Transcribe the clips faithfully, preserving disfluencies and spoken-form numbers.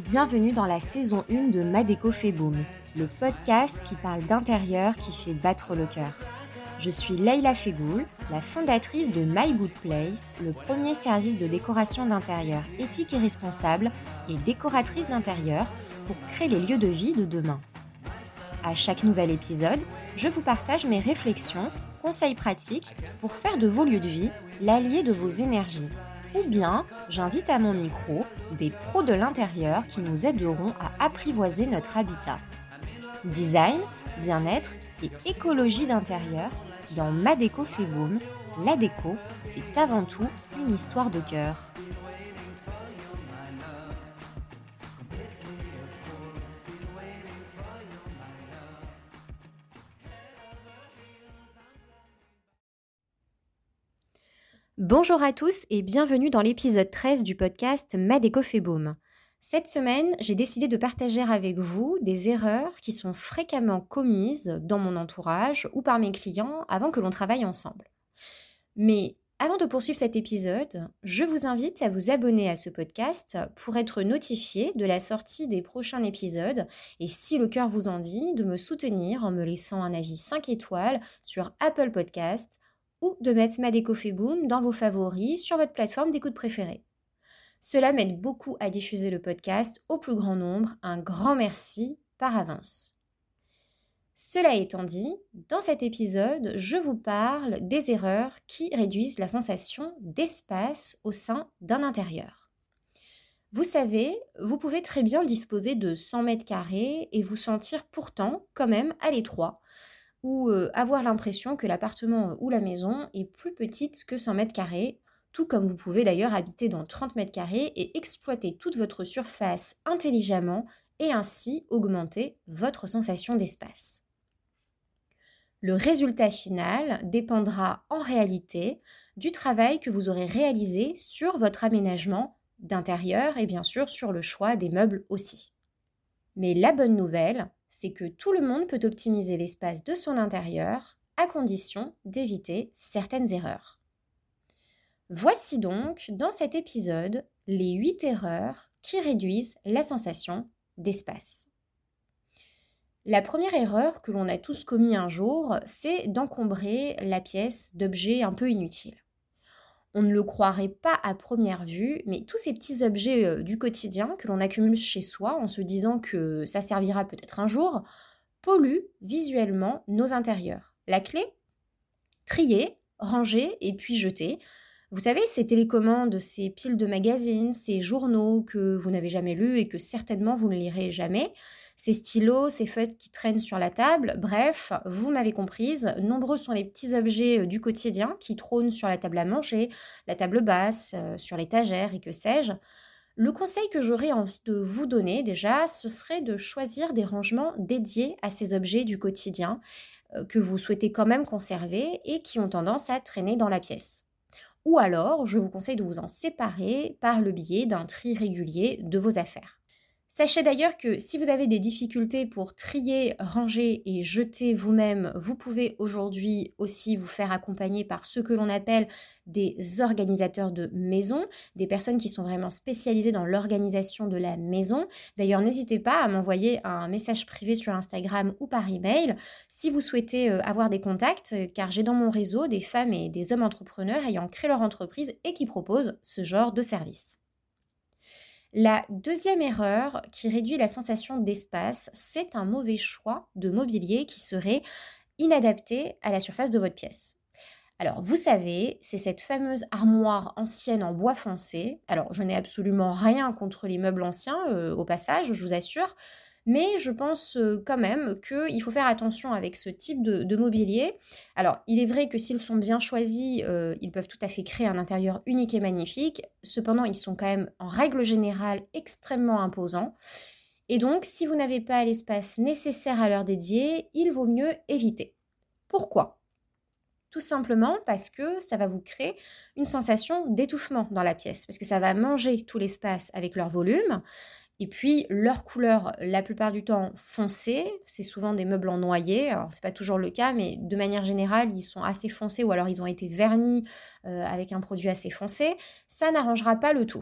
Bienvenue dans la saison un de Ma Déco fait boom, le podcast qui parle d'intérieur qui fait battre le cœur. Je suis Leïla Fegoul, la fondatrice de My Good Place, le premier service de décoration d'intérieur éthique et responsable et décoratrice d'intérieur pour créer les lieux de vie de demain. À chaque nouvel épisode, je vous partage mes réflexions, conseils pratiques pour faire de vos lieux de vie l'allié de vos énergies. Ou bien, j'invite à mon micro des pros de l'intérieur qui nous aideront à apprivoiser notre habitat. Design, bien-être et écologie d'intérieur, dans Ma Déco fait boom, la déco, c'est avant tout une histoire de cœur. Bonjour à tous et bienvenue dans l'épisode treize du podcast Ma Déco fait boom. Cette semaine, j'ai décidé de partager avec vous des erreurs qui sont fréquemment commises dans mon entourage ou par mes clients avant que l'on travaille ensemble. Mais avant de poursuivre cet épisode, je vous invite à vous abonner à ce podcast pour être notifié de la sortie des prochains épisodes et si le cœur vous en dit, de me soutenir en me laissant un avis cinq étoiles sur Apple Podcasts ou de mettre Ma Déco fait boom dans vos favoris sur votre plateforme d'écoute préférée. Cela m'aide beaucoup à diffuser le podcast au plus grand nombre. Un grand merci par avance. Cela étant dit, dans cet épisode, je vous parle des erreurs qui réduisent la sensation d'espace au sein d'un intérieur. Vous savez, vous pouvez très bien disposer de cent mètres carrés et vous sentir pourtant quand même à l'étroit, ou euh, avoir l'impression que l'appartement ou la maison est plus petite que cent mètres carrés, tout comme vous pouvez d'ailleurs habiter dans trente mètres carrés et exploiter toute votre surface intelligemment et ainsi augmenter votre sensation d'espace. Le résultat final dépendra en réalité du travail que vous aurez réalisé sur votre aménagement d'intérieur et bien sûr sur le choix des meubles aussi. Mais la bonne nouvelle, c'est que tout le monde peut optimiser l'espace de son intérieur à condition d'éviter certaines erreurs. Voici donc, dans cet épisode, les huit erreurs qui réduisent la sensation d'espace. La première erreur que l'on a tous commis un jour, c'est d'encombrer la pièce d'objets un peu inutiles. On ne le croirait pas à première vue, mais tous ces petits objets euh, du quotidien que l'on accumule chez soi en se disant que ça servira peut-être un jour, polluent visuellement nos intérieurs. La clé ? Trier, ranger et puis jeter. Vous savez, ces télécommandes, ces piles de magazines, ces journaux que vous n'avez jamais lus et que certainement vous ne lirez jamais, ces stylos, ces feutres qui traînent sur la table, bref, vous m'avez comprise, nombreux sont les petits objets du quotidien qui trônent sur la table à manger, la table basse, euh, sur l'étagère et que sais-je. Le conseil que j'aurais envie de vous donner déjà, ce serait de choisir des rangements dédiés à ces objets du quotidien euh, que vous souhaitez quand même conserver et qui ont tendance à traîner dans la pièce. Ou alors, je vous conseille de vous en séparer par le biais d'un tri régulier de vos affaires. Sachez d'ailleurs que si vous avez des difficultés pour trier, ranger et jeter vous-même, vous pouvez aujourd'hui aussi vous faire accompagner par ce que l'on appelle des organisateurs de maison, des personnes qui sont vraiment spécialisées dans l'organisation de la maison. D'ailleurs, n'hésitez pas à m'envoyer un message privé sur Instagram ou par email si vous souhaitez avoir des contacts, car j'ai dans mon réseau des femmes et des hommes entrepreneurs ayant créé leur entreprise et qui proposent ce genre de service. La deuxième erreur qui réduit la sensation d'espace, c'est un mauvais choix de mobilier qui serait inadapté à la surface de votre pièce. Alors, vous savez, c'est cette fameuse armoire ancienne en bois foncé. Alors, je n'ai absolument rien contre les meubles anciens, euh, au passage, je vous assure, mais je pense euh, quand même qu'il faut faire attention avec ce type de, de mobilier. Alors, il est vrai que s'ils sont bien choisis, euh, ils peuvent tout à fait créer un intérieur unique et magnifique. Cependant, ils sont quand même, en règle générale, extrêmement imposants. Et donc, si vous n'avez pas l'espace nécessaire à leur dédier, il vaut mieux éviter. Pourquoi ? Tout simplement parce que ça va vous créer une sensation d'étouffement dans la pièce, parce que ça va manger tout l'espace avec leur volume. Et puis, leur couleur, la plupart du temps foncée, c'est souvent des meubles en noyer. Alors, c'est pas toujours le cas, mais de manière générale, ils sont assez foncés ou alors ils ont été vernis euh, avec un produit assez foncé. Ça n'arrangera pas le tout.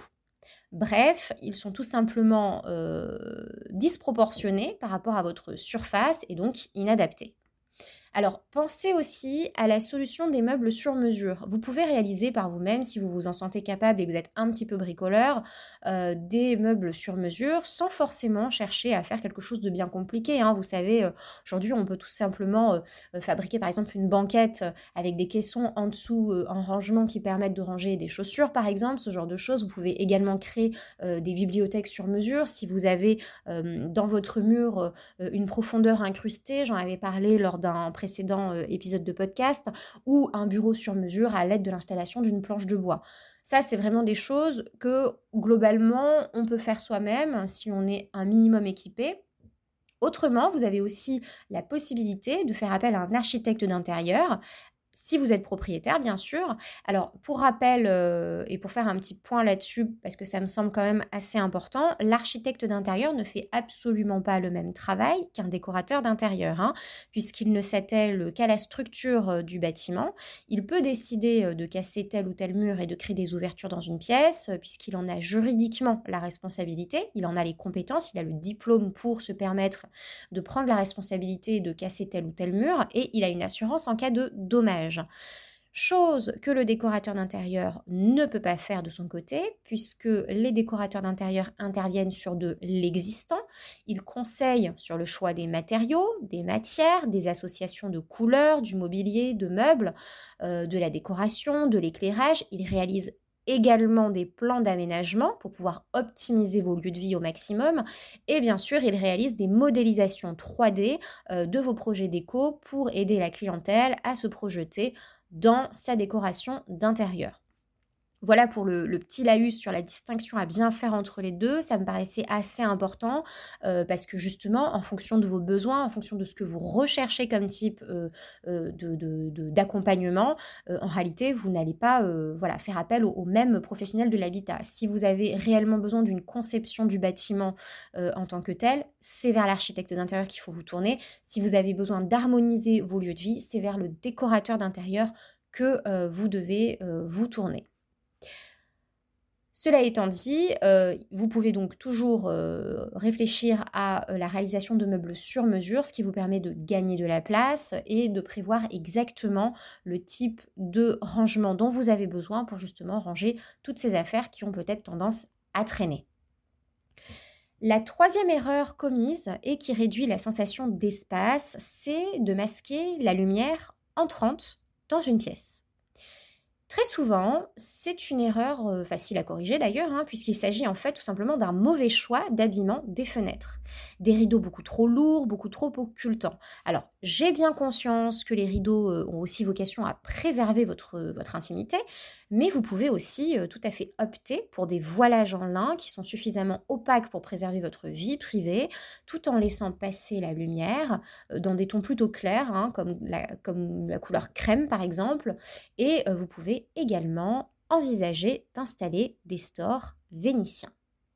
Bref, ils sont tout simplement euh, disproportionnés par rapport à votre surface et donc inadaptés. Alors, pensez aussi à la solution des meubles sur mesure. Vous pouvez réaliser par vous-même, si vous vous en sentez capable et que vous êtes un petit peu bricoleur, euh, des meubles sur mesure sans forcément chercher à faire quelque chose de bien compliqué, hein. Vous savez, euh, aujourd'hui, on peut tout simplement euh, fabriquer par exemple une banquette euh, avec des caissons en dessous euh, en rangement qui permettent de ranger des chaussures, par exemple, ce genre de choses. Vous pouvez également créer euh, des bibliothèques sur mesure. Si vous avez euh, dans votre mur euh, une profondeur incrustée, j'en avais parlé lors d'un précédent euh, épisode de podcast, ou un bureau sur mesure à l'aide de l'installation d'une planche de bois. Ça, c'est vraiment des choses que globalement, on peut faire soi-même si on est un minimum équipé. Autrement, vous avez aussi la possibilité de faire appel à un architecte d'intérieur, si vous êtes propriétaire, bien sûr. Alors, pour rappel, euh, et pour faire un petit point là-dessus, parce que ça me semble quand même assez important, l'architecte d'intérieur ne fait absolument pas le même travail qu'un décorateur d'intérieur, hein, puisqu'il ne s'attelle qu'à la structure euh, du bâtiment. Il peut décider euh, de casser tel ou tel mur et de créer des ouvertures dans une pièce, euh, puisqu'il en a juridiquement la responsabilité, il en a les compétences, il a le diplôme pour se permettre de prendre la responsabilité de casser tel ou tel mur, et il a une assurance en cas de dommage. Chose que le décorateur d'intérieur ne peut pas faire de son côté, puisque les décorateurs d'intérieur interviennent sur de l'existant. Ils conseillent sur le choix des matériaux, des matières, des associations de couleurs, du mobilier, de meubles, euh, de la décoration, de l'éclairage. Ils réalisent également des plans d'aménagement pour pouvoir optimiser vos lieux de vie au maximum. Et bien sûr, ils réalisent des modélisations trois D euh, de vos projets déco pour aider la clientèle à se projeter dans sa décoration d'intérieur. Voilà pour le, le petit laïus sur la distinction à bien faire entre les deux. Ça me paraissait assez important euh, parce que justement, en fonction de vos besoins, en fonction de ce que vous recherchez comme type euh, euh, de, de, de, d'accompagnement, euh, en réalité, vous n'allez pas euh, voilà, faire appel aux, aux mêmes professionnels de l'habitat. Si vous avez réellement besoin d'une conception du bâtiment euh, en tant que tel, c'est vers l'architecte d'intérieur qu'il faut vous tourner. Si vous avez besoin d'harmoniser vos lieux de vie, c'est vers le décorateur d'intérieur que euh, vous devez euh, vous tourner. Cela étant dit, euh, vous pouvez donc toujours euh, réfléchir à euh, la réalisation de meubles sur mesure, ce qui vous permet de gagner de la place et de prévoir exactement le type de rangement dont vous avez besoin pour justement ranger toutes ces affaires qui ont peut-être tendance à traîner. La troisième erreur commise et qui réduit la sensation d'espace, c'est de masquer la lumière entrante dans une pièce. Très souvent, c'est une erreur euh, facile à corriger d'ailleurs, hein, puisqu'il s'agit en fait tout simplement d'un mauvais choix d'habillement des fenêtres. Des rideaux beaucoup trop lourds, beaucoup trop occultants. Alors, j'ai bien conscience que les rideaux euh, ont aussi vocation à préserver votre, votre intimité, mais vous pouvez aussi euh, tout à fait opter pour des voilages en lin qui sont suffisamment opaques pour préserver votre vie privée, tout en laissant passer la lumière euh, dans des tons plutôt clairs, hein, comme, la, comme la couleur crème par exemple, et euh, vous pouvez également envisager d'installer des stores vénitiens.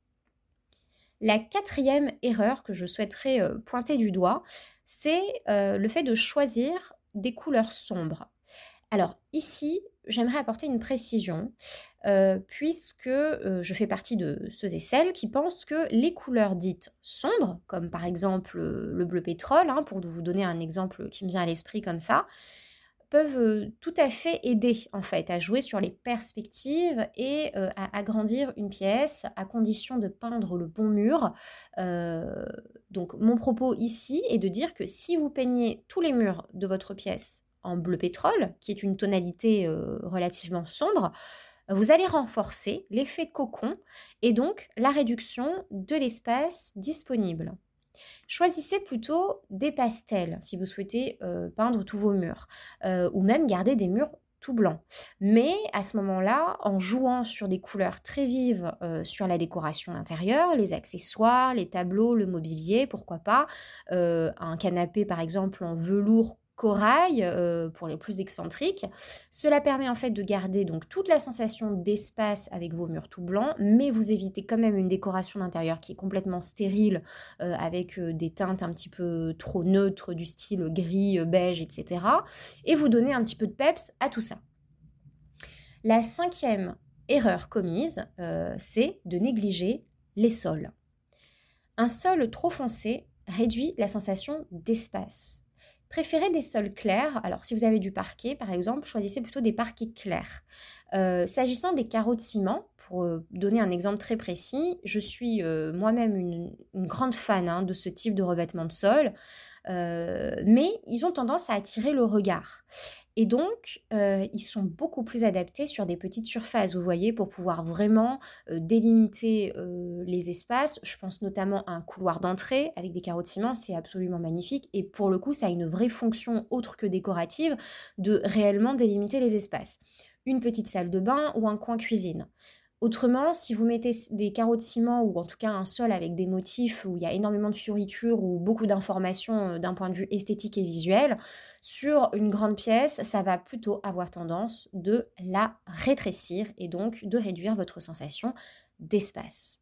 La quatrième erreur que je souhaiterais euh, pointer du doigt, c'est euh, le fait de choisir des couleurs sombres. Alors ici, j'aimerais apporter une précision, euh, puisque euh, je fais partie de ceux et celles qui pensent que les couleurs dites sombres, comme par exemple euh, le bleu pétrole, hein, pour vous donner un exemple qui me vient à l'esprit comme ça, peuvent tout à fait aider en fait à jouer sur les perspectives et euh, à agrandir une pièce à condition de peindre le bon mur. Euh, donc mon propos ici est de dire que si vous peignez tous les murs de votre pièce en bleu pétrole, qui est une tonalité euh, relativement sombre, vous allez renforcer l'effet cocon et donc la réduction de l'espace disponible. Choisissez plutôt des pastels si vous souhaitez euh, peindre tous vos murs, euh, ou même garder des murs tout blancs. Mais à ce moment-là, en jouant sur des couleurs très vives euh, sur la décoration intérieure, les accessoires, les tableaux, le mobilier, pourquoi pas, euh, un canapé par exemple en velours corail euh, pour les plus excentriques. Cela permet en fait de garder donc toute la sensation d'espace avec vos murs tout blancs, mais vous évitez quand même une décoration d'intérieur qui est complètement stérile euh, avec euh, des teintes un petit peu trop neutres du style gris, euh, beige, et cetera. Et vous donnez un petit peu de peps à tout ça. La cinquième erreur commise, euh, c'est de négliger les sols. Un sol trop foncé réduit la sensation d'espace. Préférez des sols clairs. Alors, si vous avez du parquet, par exemple, choisissez plutôt des parquets clairs. Euh, s'agissant des carreaux de ciment, pour euh, donner un exemple très précis, je suis euh, moi-même une, une grande fan hein, de ce type de revêtement de sol, euh, mais ils ont tendance à attirer le regard. Et donc, euh, ils sont beaucoup plus adaptés sur des petites surfaces, vous voyez, pour pouvoir vraiment euh, délimiter euh, les espaces. Je pense notamment à un couloir d'entrée avec des carreaux de ciment, c'est absolument magnifique. Et pour le coup, ça a une vraie fonction autre que décorative de réellement délimiter les espaces. Une petite salle de bain ou un coin cuisine. Autrement, si vous mettez des carreaux de ciment ou en tout cas un sol avec des motifs où il y a énormément de fioritures ou beaucoup d'informations euh, d'un point de vue esthétique et visuel, sur une grande pièce, ça va plutôt avoir tendance de la rétrécir et donc de réduire votre sensation d'espace.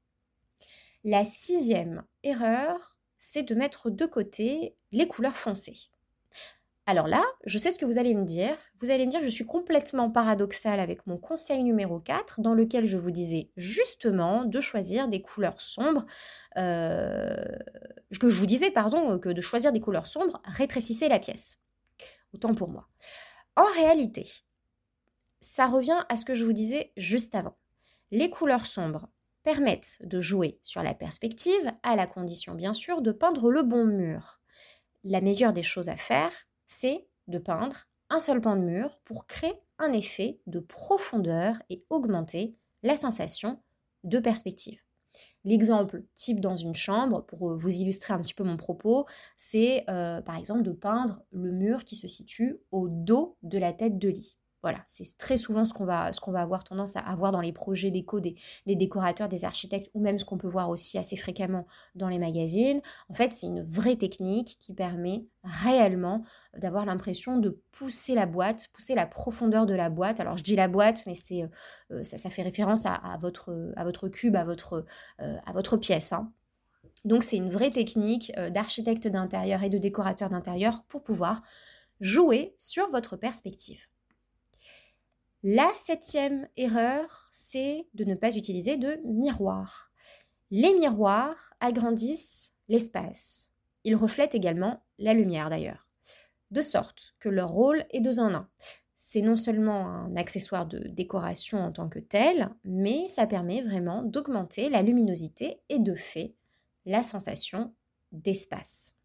La sixième erreur, c'est de mettre de côté les couleurs foncées. Alors là, je sais ce que vous allez me dire. Vous allez me dire que je suis complètement paradoxale avec mon conseil numéro quatre, dans lequel je vous disais justement de choisir des couleurs sombres, euh, que je vous disais, pardon, que de choisir des couleurs sombres rétrécissait la pièce. Autant pour moi. En réalité, ça revient à ce que je vous disais juste avant. Les couleurs sombres permettent de jouer sur la perspective, à la condition bien sûr de peindre le bon mur. La meilleure des choses à faire, c'est de peindre un seul pan de mur pour créer un effet de profondeur et augmenter la sensation de perspective. L'exemple type dans une chambre, pour vous illustrer un petit peu mon propos, c'est euh, par exemple de peindre le mur qui se situe au dos de la tête de lit. Voilà, c'est très souvent ce qu'on va, ce qu'on va avoir tendance à avoir dans les projets déco des, des décorateurs, des architectes, ou même ce qu'on peut voir aussi assez fréquemment dans les magazines. En fait, c'est une vraie technique qui permet réellement d'avoir l'impression de pousser la boîte, pousser la profondeur de la boîte. Alors, je dis la boîte, mais c'est, euh, ça, ça fait référence à, à, votre, à votre cube, à votre, euh, à votre pièce, hein. Donc, c'est une vraie technique euh, d'architecte d'intérieur et de décorateur d'intérieur pour pouvoir jouer sur votre perspective. La septième erreur, c'est de ne pas utiliser de miroir. Les miroirs agrandissent l'espace. Ils reflètent également la lumière d'ailleurs, de sorte que leur rôle est deux en un. C'est non seulement un accessoire de décoration en tant que tel, mais ça permet vraiment d'augmenter la luminosité et de fait la sensation d'espace.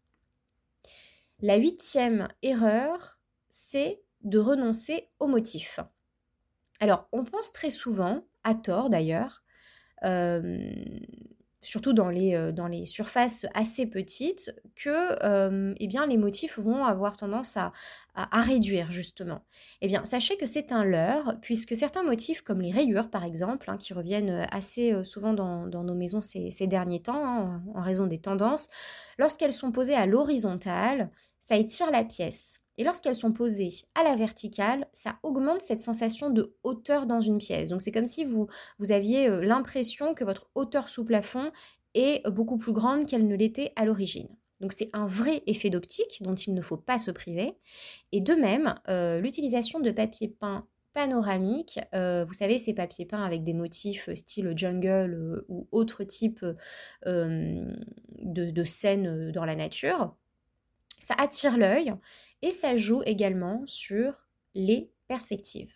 La huitième erreur, c'est de renoncer au motif. Alors, on pense très souvent, à tort d'ailleurs, euh, surtout dans les, euh, dans les surfaces assez petites, que euh, eh bien, les motifs vont avoir tendance à, à, à réduire justement. Eh bien, sachez que c'est un leurre, puisque certains motifs, comme les rayures par exemple, hein, qui reviennent assez souvent dans, dans nos maisons ces, ces derniers temps, hein, en raison des tendances, lorsqu'elles sont posées à l'horizontale, ça étire la pièce. Et lorsqu'elles sont posées à la verticale, ça augmente cette sensation de hauteur dans une pièce. Donc c'est comme si vous, vous aviez l'impression que votre hauteur sous plafond est beaucoup plus grande qu'elle ne l'était à l'origine. Donc c'est un vrai effet d'optique dont il ne faut pas se priver. Et de même, euh, l'utilisation de papier peint panoramique, euh, vous savez, ces papiers peints avec des motifs style jungle euh, ou autre type euh, de, de scène dans la nature, ça attire l'œil et ça joue également sur les perspectives.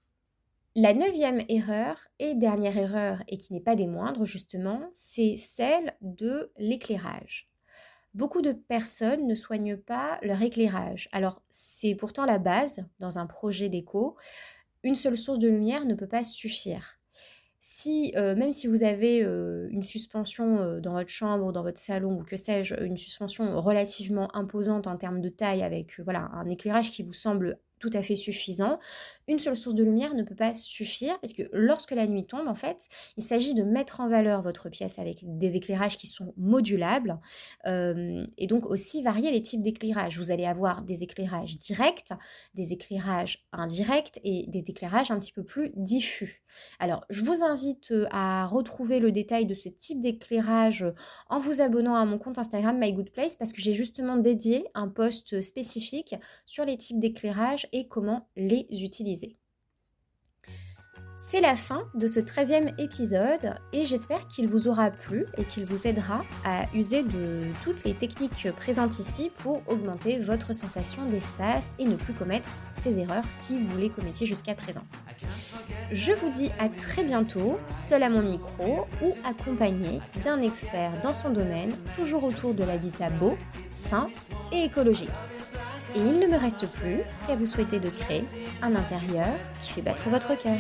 La neuvième erreur et dernière erreur, et qui n'est pas des moindres justement, c'est celle de l'éclairage. Beaucoup de personnes ne soignent pas leur éclairage. Alors c'est pourtant la base dans un projet déco. Une seule source de lumière ne peut pas suffire. Si, euh, même si vous avez euh, une suspension euh, dans votre chambre ou dans votre salon ou que sais-je, une suspension relativement imposante en termes de taille avec euh, voilà, un éclairage qui vous semble tout à fait suffisant, une seule source de lumière ne peut pas suffire parce que lorsque la nuit tombe, en fait, il s'agit de mettre en valeur votre pièce avec des éclairages qui sont modulables euh, et donc aussi varier les types d'éclairage. Vous allez avoir des éclairages directs, des éclairages indirects et des éclairages un petit peu plus diffus. Alors, je vous invite à retrouver le détail de ce type d'éclairage en vous abonnant à mon compte Instagram My Good Place parce que j'ai justement dédié un post spécifique sur les types d'éclairage et comment les utiliser. C'est la fin de ce treizième épisode et j'espère qu'il vous aura plu et qu'il vous aidera à user de toutes les techniques présentes ici pour augmenter votre sensation d'espace et ne plus commettre ces erreurs si vous les commettiez jusqu'à présent. Je vous dis à très bientôt, seul à mon micro ou accompagné d'un expert dans son domaine, toujours autour de l'habitat beau, sain et écologique. Et il ne me reste plus qu'à vous souhaiter de créer un intérieur qui fait battre votre cœur.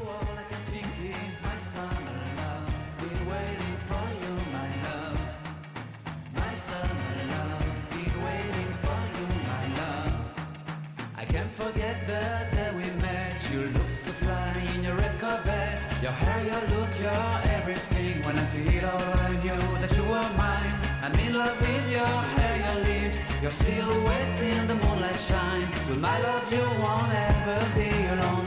Your hair, your look, your everything. When I see it all, I knew that you were mine. I'm in love with your hair, your lips, your silhouette in the moonlight shine. With my love, you won't ever be alone.